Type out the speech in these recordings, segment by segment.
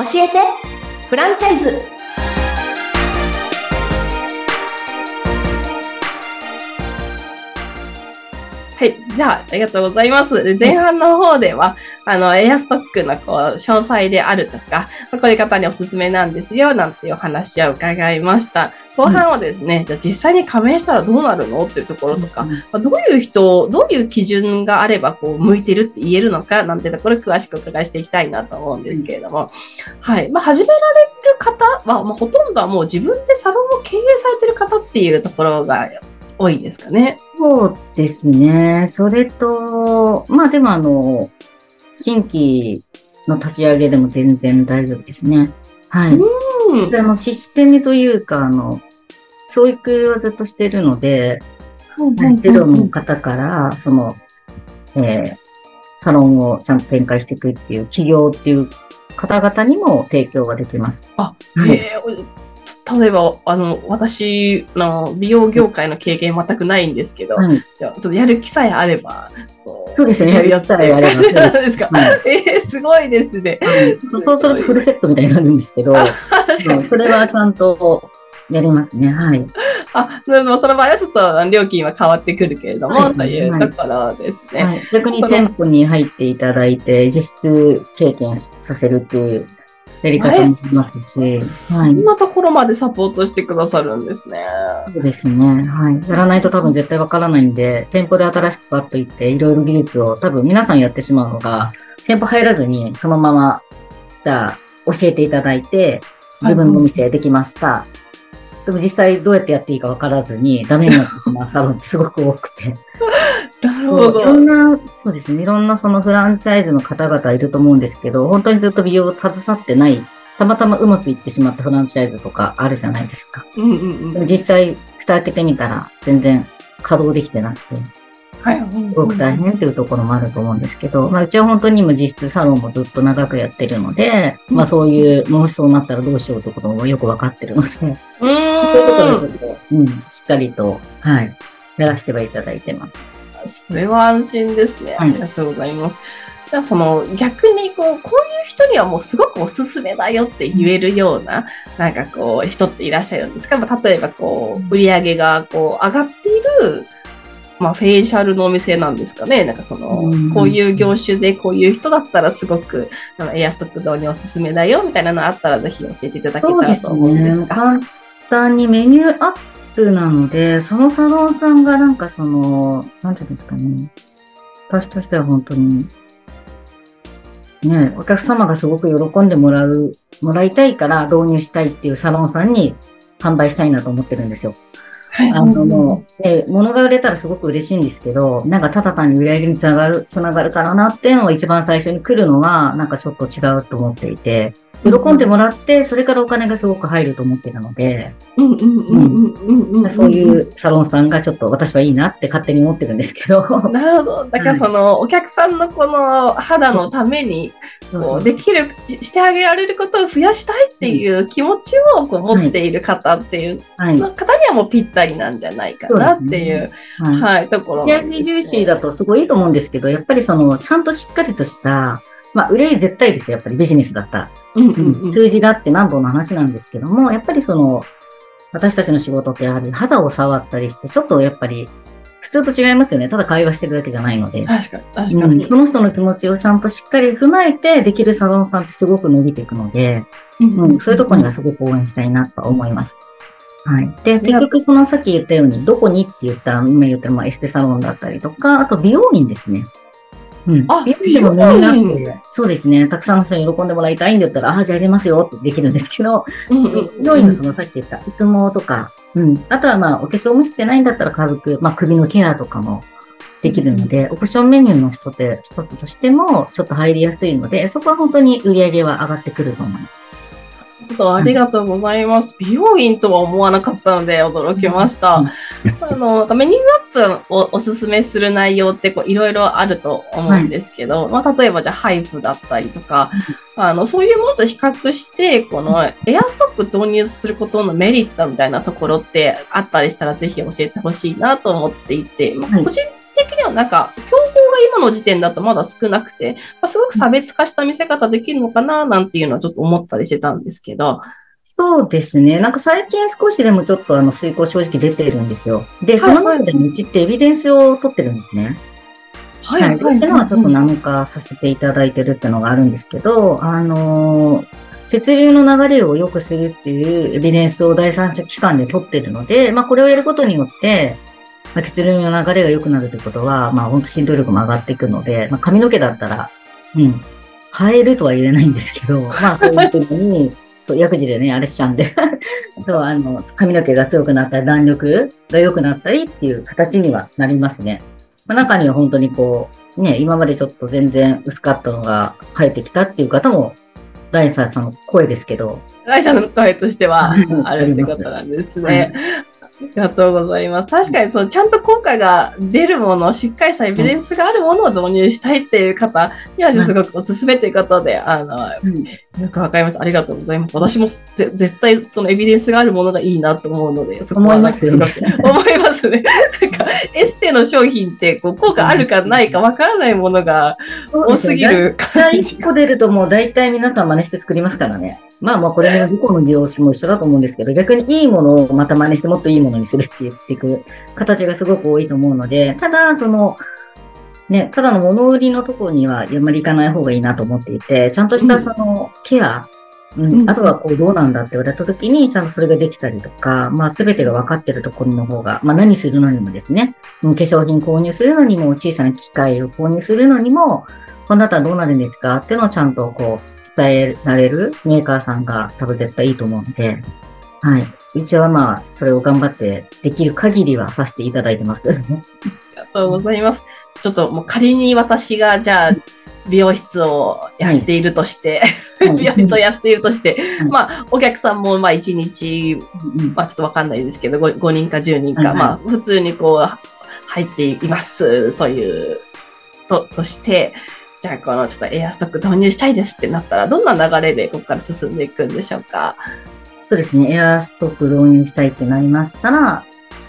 教えてフランチャイズ。はい、じゃあ、ありがとうございます。前半の方では、エアストックの詳細であるとか、こういう方におすすめなんですよ、なんていうお話を伺いました。後半はですね、じゃあ実際に加盟したらどうなるのっていうところとか、どういう基準があれば向いてるって言えるのかなんてところ詳しくお伺いしていきたいなと思うんですけれども、はい。始められる方は、ほとんどはもう自分でサロンを経営されてる方っていうところが多いですかね。 そうですね。それと、でも新規の立ち上げでも全然大丈夫ですね。はい。でシステムというか、教育はずっとしてるので、ゼロの方から、サロンをちゃんと展開していくっていう企業っていう方々にも提供ができます。 例えば、私の美容業界の経験全くないんですけど、やる気さえあれば、 そうですね、やる気さえあれば。 ですか。すごいですね。 そうするとフルセットみたいになるんですけど、それはちゃんとやりますね。はい。 その場合はちょっと料金は変わってくるけれども、というところですね。 逆に店舗に入っていただいて、実質経験させるっていうやり方もありますし、 そんなところまでサポートしてくださるんですね。 そうですね。はい。やらないと多分絶対わからないんで、店舗で新しくパッと行って、いろいろ技術を多分皆さんやってしまうのが、店舗入らずにそのまま、じゃあ教えていただいて、自分のお店できました。でも実際どうやってやっていいかわからずにダメになってしまうサロンってすごく多くて。 なるほど。 そうですね。いろんなそのフランチャイズの方々いると思うんですけど、本当にずっと美容を携わってない、たまたまうまくいってしまったフランチャイズとかあるじゃないですか。でも実際、蓋開けてみたら全然稼働できてなくて、すごく大変というところもあると思うんですけど、うちは本当に今実質サロンもずっと長くやってるので、そういう、もしそうなったらどうしようということもよくわかってるので、そういうことで、しっかりと、やらせてはいただいてます。 それは安心ですね。ありがとうございます。じゃあ逆にこういう人にはもうすごくおすすめだよって言えるような、人っていらっしゃるんですか？例えば売り上げが上がっている、フェイシャルのお店なんですかね。こういう業種でこういう人だったらすごく、エアストック導入おすすめだよみたいなのあったらぜひ教えていただけたらと思うんですが。 簡単にメニューアップなので、そのサロンさんがなんていうんですかね。私としては本当に、お客様がすごく喜んでもらいたいから導入したいっていうサロンさんに販売したいなと思ってるんですよ。物が売れたらすごく嬉しいんですけど、ただ単に売り上げにつながるからなっていうのが一番最初に来るのは、ちょっと違うと思っていて、喜んでもらって、それからお金がすごく入ると思っているので、そういうサロンさんがちょっと私はいいなって勝手に思ってるんですけど。 なるほど。だからお客さんのこの肌のために、してあげられることを増やしたいっていう気持ちを持っている方っていう方にはもうぴったりなんじゃないかなっていう、ところなんですね。 重視だとすごいいいと思うんですけど、やっぱりちゃんとしっかりとした、売れ絶対ですよ、やっぱりビジネスだったら。数字があって何本の話なんですけども、やっぱり私たちの仕事ってやはり肌を触ったりして、ちょっとやっぱり普通と違いますよね。ただ会話してるだけじゃないので。 確かに。 その人の気持ちをちゃんとしっかり踏まえてできるサロンさんってすごく伸びていくので、そういうところにはすごく応援したいなと思います。で、結局さっき言ったように、どこにって言ったら、今言ったらエステサロンだったりとか、あと美容院ですね。美容院もみんなそうですね。たくさんの人に喜んでもらいたいんだったら、じゃあやりますよってできるんですけど、美容院のさっき言った育毛とか、あとはお化粧もしてないんだったら軽く、首のケアとかもできるので、オプションメニューの一つとしてもちょっと入りやすいので、そこは本当に売り上げは上がってくると思います。 ありがとうございます。美容院とは思わなかったので驚きました。メニューアップをおすすめする内容っていろいろあると思うんですけど、例えばじゃあハイフだったりとか、そういうものと比較して、このエアストック導入することのメリットみたいなところってあったりしたらぜひ教えてほしいなと思っていて、個人的には競合がい今の時点だとまだ少なくて、すごく差別化した見せ方できるのかななんていうのはちょっと思ったりしてたんですけど。 そうですね。なんか最近少しでもちょっと遂行正直出てるんですよ。で、その中でうちってエビデンスを取ってるんですね。はい。っていうのはちょっと何かさせていただいてるっていうのがあるんですけど、血流の流れを良くするっていうエビデンスを第三者機関で取ってるので、これをやることによって、血流の流れが良くなるということは、本当浸透力も上がっていくので、髪の毛だったら、生えるとは言えないんですけど、そういう時に、そう、薬事でね、あれしちゃうんでそう、髪の毛が強くなったり、弾力が良くなったりっていう形にはなりますね。中には本当に今までちょっと全然薄かったのが生えてきたっていう方も、第三者の声ですけど。 第三者の声としてはあるってことなんですね。ありがとうございます。確かにちゃんと効果が出るもの、しっかりしたエビデンスがあるものを導入したいっていう方には、すごくおすすめということで、よくわかりました。ありがとうございます。私も絶対そのエビデンスがあるものがいいなと思うので、そこはなんかすごく思いますね。なんかエステの商品って効果あるかないかわからないものが多すぎる感じ。1個出るともう大体皆さん真似して作りますからね。これも自己の利用も一緒だと思うんですけど、逆にいいものをまた真似してもっといいものにするって言っていく形がすごく多いと思うので、ただ、ただの物売りのところにはあまり行かない方がいいなと思っていて、ちゃんとしたケア、あとはどうなんだって言われた時に、ちゃんとそれができたりとか、全てが分かってるところの方が、何するのにもですね、化粧品購入するのにも、小さな機械を購入するのにも、こんだったらどうなるんですかっていうのをちゃんと伝えられるメーカーさんが多分絶対いいと思うので、はい。うちはそれを頑張ってできる限りはさせていただいてます。ありがとうございます。ちょっともう仮に私が、じゃあ、美容室をやっているとして、美容室をやっているとして、お客さんも1日、ちょっとわかんないですけど、5人か10人か、普通に入っていますという、として、じゃあちょっとエアストック導入したいですってなったら、どんな流れでここから進んでいくんでしょうか？ そうですね。エアストック導入したいってなりましたら、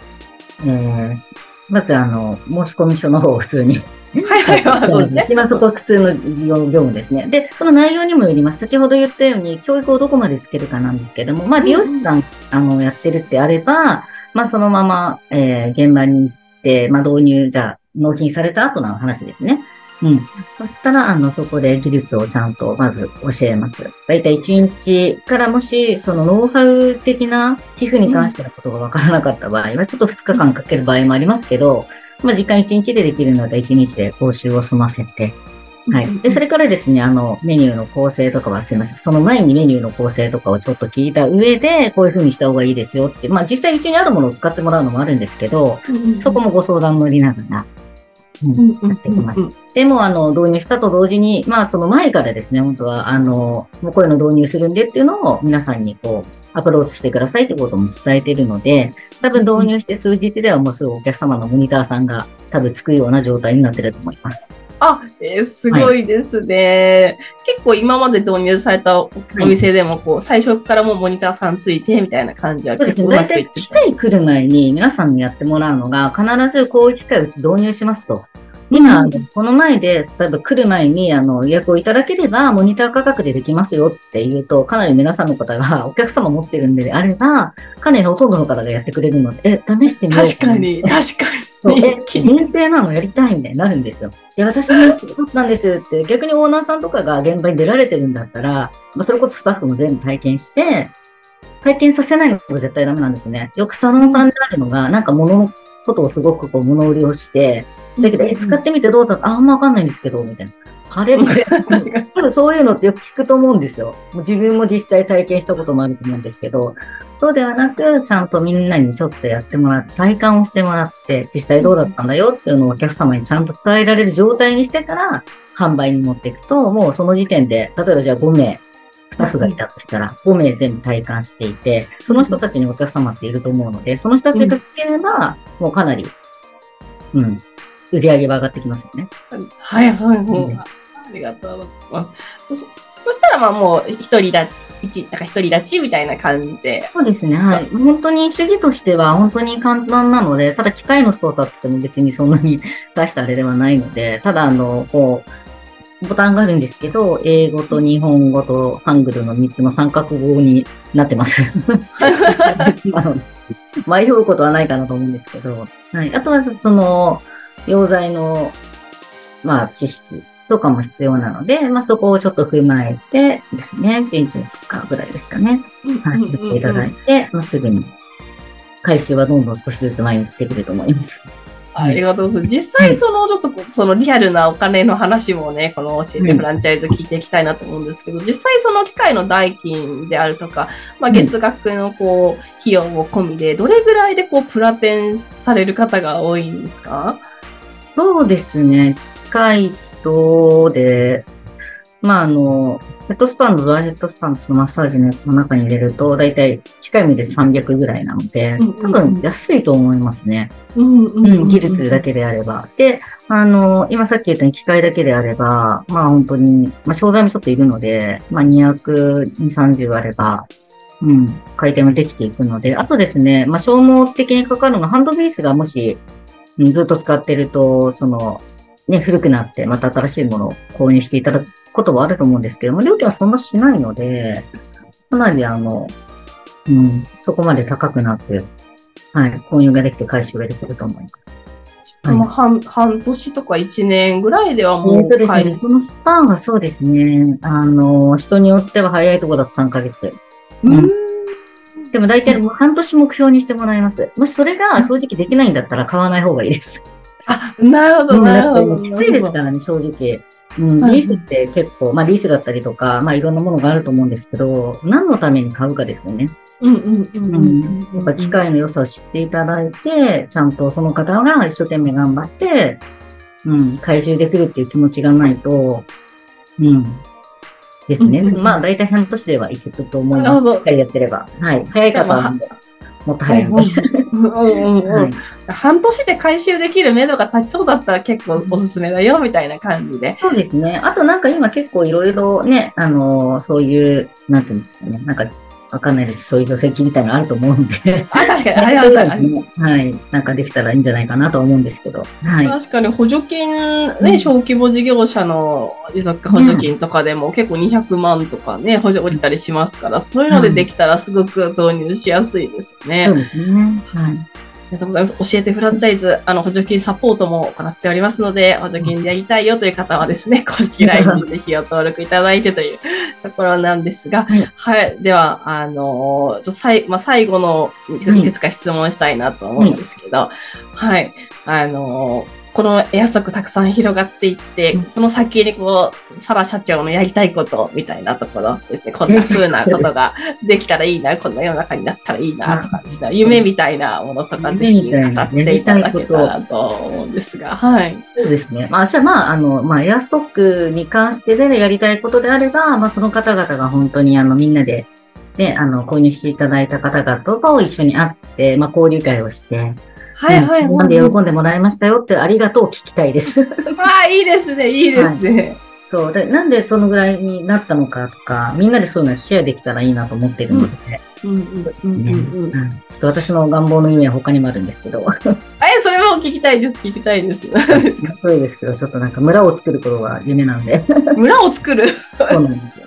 まず申し込み書の方を普通にそうですね。今そこは普通の事業業務ですね。で、その内容にもよります。先ほど言ったように、教育をどこまでつけるかなんですけども、美容師さん、やってるってあれば、そのまま、現場に行って、導入、じゃあ、納品された後の話ですね。そしたら、そこで技術をちゃんとまず教えます。だいたい1日からもし、そのノウハウ的な皮膚に関してのことがわからなかった場合は、ちょっと2日間かける場合もありますけど、時間1日でできるので1日で講習を済ませて、はい。で、それからですね、メニューの構成とかはすいません。その前にメニューの構成とかをちょっと聞いた上で、こういう風にした方がいいですよって、実際うちにあるものを使ってもらうのもあるんですけど、そこもご相談乗りながら、やっていきます。でも、導入したと同時に、その前からですね、本当は、もうこういうの導入するんでっていうのを皆さんにアプローチしてくださいってことも伝えているので、多分導入して数日ではもうすぐお客様のモニターさんが多分つくような状態になっていると思います。 すごいですね。結構今まで導入されたお店でも、最初からもうモニターさんついてみたいな感じは結構うまくいって。 機械来る前に皆さんにやってもらうのが、必ずこういう機械をうち導入しますと。今、この前で、例えば来る前に予約をいただければ、モニター価格でできますよって言うと、かなり皆さんの方がお客様持ってるんであれば、かなりほとんどの方がやってくれるので、試してみよう。 確かに。 そう、限定なのやりたいみたいになるんですよ。私もそうなんですって、逆にオーナーさんとかが現場に出られてるんだったら、それこそスタッフも全部体験して、体験させないのが絶対ダメなんですね。よくサロンさんであるのが、なんか物のことをすごく物売りをして、だけど、使ってみてどうだったあんまわかんないんですけど、みたいな。あれみたいな。多分そういうのってよく聞くと思うんですよ。もう自分も実際体験したこともあると思うんですけど、そうではなく、ちゃんとみんなにちょっとやってもらって、体感をしてもらって、実際どうだったんだよっていうのをお客様にちゃんと伝えられる状態にしてから、販売に持っていくと、もうその時点で、例えばじゃあ5名、スタッフがいたとしたら、5名全部体感していて、その人たちにお客様っていると思うので、その人たちがつければ、もうかなり、売り上げは上がってきますよね。 はい。ありがとうございます。 そしたらまあもう独り立ちみたいな感じで。 そうですね。はい。本当に主義としては本当に簡単なので、ただ機械の操作って言っても別にそんなに大したあれではないので、ただこう、ボタンがあるんですけど、英語と日本語とハングルの3つの三角語になってます。迷うことはないかなと思うんですけど、はい。あとは溶剤の、まあ、知識とかも必要なので、まあ、そこをちょっと踏まえてですね、1日2日ぐらいですかね。はい。やっていただいて、まあ、すぐに、回収はどんどん少しずつ毎日してくると思います。 ありがとうございます。実際ちょっとそのリアルなお金の話もね、この教えてフランチャイズ聞いていきたいなと思うんですけど、実際その機械の代金であるとか、まあ月額の費用も込みで、どれぐらいでプラテンされる方が多いんですか？ そうですね。機械とで、まあヘッドスパンド、ドライヘッドスパンドのマッサージのやつの中に入れると、だいたい機械見で300ぐらいなので、多分安いと思いますね。技術だけであれば。で、今さっき言ったように機械だけであれば、まあ本当に、まあ商材もちょっといるので、まあ200、30あれば、回転もできていくので、あとですね、まあ消耗的にかかるのはハンドビースがもし、ずっと使ってると、古くなってまた新しいものを購入していただくことはあると思うんですけども、料金はそんなしないので、かなりそこまで高くなって、はい、購入ができて回収ができると思います。 はい、半年とか1年ぐらいではもうですね、そのスパンはそうですね、人によっては早いところだと3ヶ月。でも大体半年目標にしてもらいます。もしそれが正直できないんだったら買わない方がいいです。 あ、なるほど、なるほど。 きついですからね、正直。リースって結構、まあリースだったりとか、まあいろんなものがあると思うんですけど、何のために買うかですよね。やっぱ機械の良さを知っていただいて、ちゃんとその方が一生懸命頑張って、回収できるっていう気持ちがないと、ですね。まあ大体半年ではいけると思います。しっかりやってれば。はい。早い方はもっと早いので。 半年で回収できる目処が立ちそうだったら結構おすすめだよみたいな感じで。 そうですね。あとなんか今結構いろいろね、そういう、なんていうんですかね。なんかわかんないです。そういう助成金みたいなのあると思うんで。 確かに、ありがとうございます。 はい。なんかできたらいいんじゃないかなと思うんですけど。はい。 確かに補助金、ね、小規模事業者の持続化補助金とかでも結構200万とかね、補助降りたりしますから、そういうのでできたらすごく導入しやすいですよね。 そうですね。はい。 ありがとうございます。教えてフランチャイズ、補助金サポートも行っておりますので、補助金でやりたいよという方はですね、公式 LINE にぜひお登録いただいてというところなんですが、はい。では、最後のいくつか質問したいなと思うんですけど、はい。このエアストックたくさん広がっていって、その先にサラ社長のやりたいことみたいなところですね、こんな風なことができたらいいな、こんな世の中になったらいいなとかですね、夢みたいなものとかぜひ語っていただけたらと思うんですが、はい。 そうですね。じゃあエアストックに関してでやりたいことであれば、その方々が本当にみんなで、ね、購入していただいた方々を一緒に会って、交流会をして、なんで喜んでもらいましたよってありがとうを聞きたいです。 いいですね、いいですね。 そうで。なんでそのぐらいになったのかとか、みんなでそういうのシェアできたらいいなと思ってるので。ちょっと私の願望の夢は他にもあるんですけど。 それも聞きたいです、聞きたいです。 そうですけど、ちょっとなんか村を作ることが夢なんで。 村を作るそうなんですよ。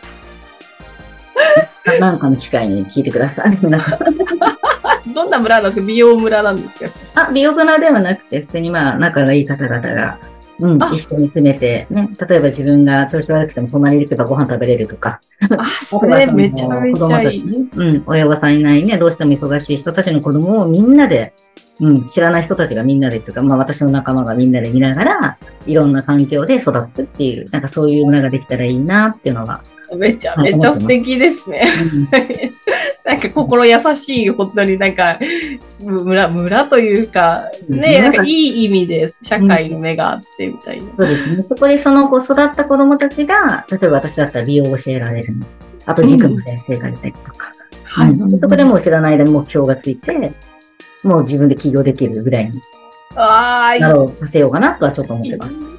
なんかの機会に聞いてください、皆さん。 どんな村なんですか？美容村なんですか？ 美容村ではなくて、普通に仲がいい方々が、一緒に住めて、ね、例えば自分が調子悪くても隣に行けばご飯食べれるとか。 それめちゃめちゃいい。 親御さんいないね、どうしても忙しい人たちの子供をみんなで、知らない人たちがみんなでというか、私の仲間がみんなで見ながら、いろんな環境で育つっていう、なんかそういう村ができたらいいなっていうのが。 めちゃめちゃ素敵ですね。なんか心優しい、本当になんか、村というか、ね、なんかいい意味で社会の目があってみたいな。 そうですね。そこでその子育った子供たちが、例えば私だったら美容を教えられる。あと塾の先生がいたりとか。そこでもう知らない間に目標がついて、もう自分で起業できるぐらいになろうさせようかなとはちょっと思ってます。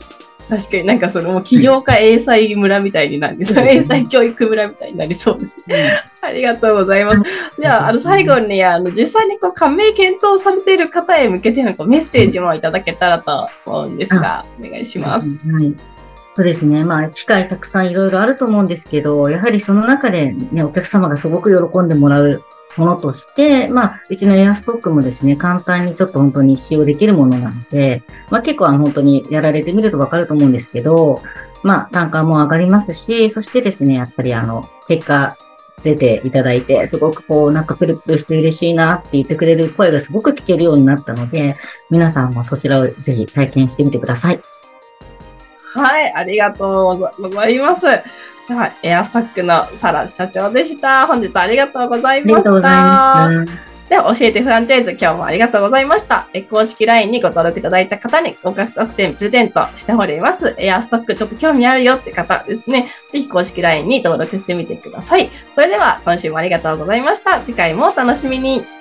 確かになんかそのもう起業家英才村みたいになるんです。英才教育村みたいになりそうですね。ありがとうございます。じゃあ、最後に実際に加盟検討されている方へ向けてのメッセージもいただけたらと思うんですが、お願いします。 はい。そうですね。機会たくさんいろいろあると思うんですけど、やはりその中でね、お客様がすごく喜んでもらうものとして、うちのエアストックもですね、簡単にちょっと本当に使用できるものなので、結構本当にやられてみるとわかると思うんですけど、単価も上がりますし、そしてですね、やっぱり結果出ていただいて、すごくプルプルして嬉しいなって言ってくれる声がすごく聞けるようになったので、皆さんもそちらをぜひ体験してみてください。 はい、ありがとうございます。では、エアストックのサラ社長でした。本日ありがとうございました。ありがとうございました。では、教えてフランチャイズ、今日もありがとうございました。公式 LINE にご登録いただいた方に合格特典プレゼントしております。エアストックちょっと興味あるよって方ですね。ぜひ公式 LINE に登録してみてください。それでは、今週もありがとうございました。次回もお楽しみに。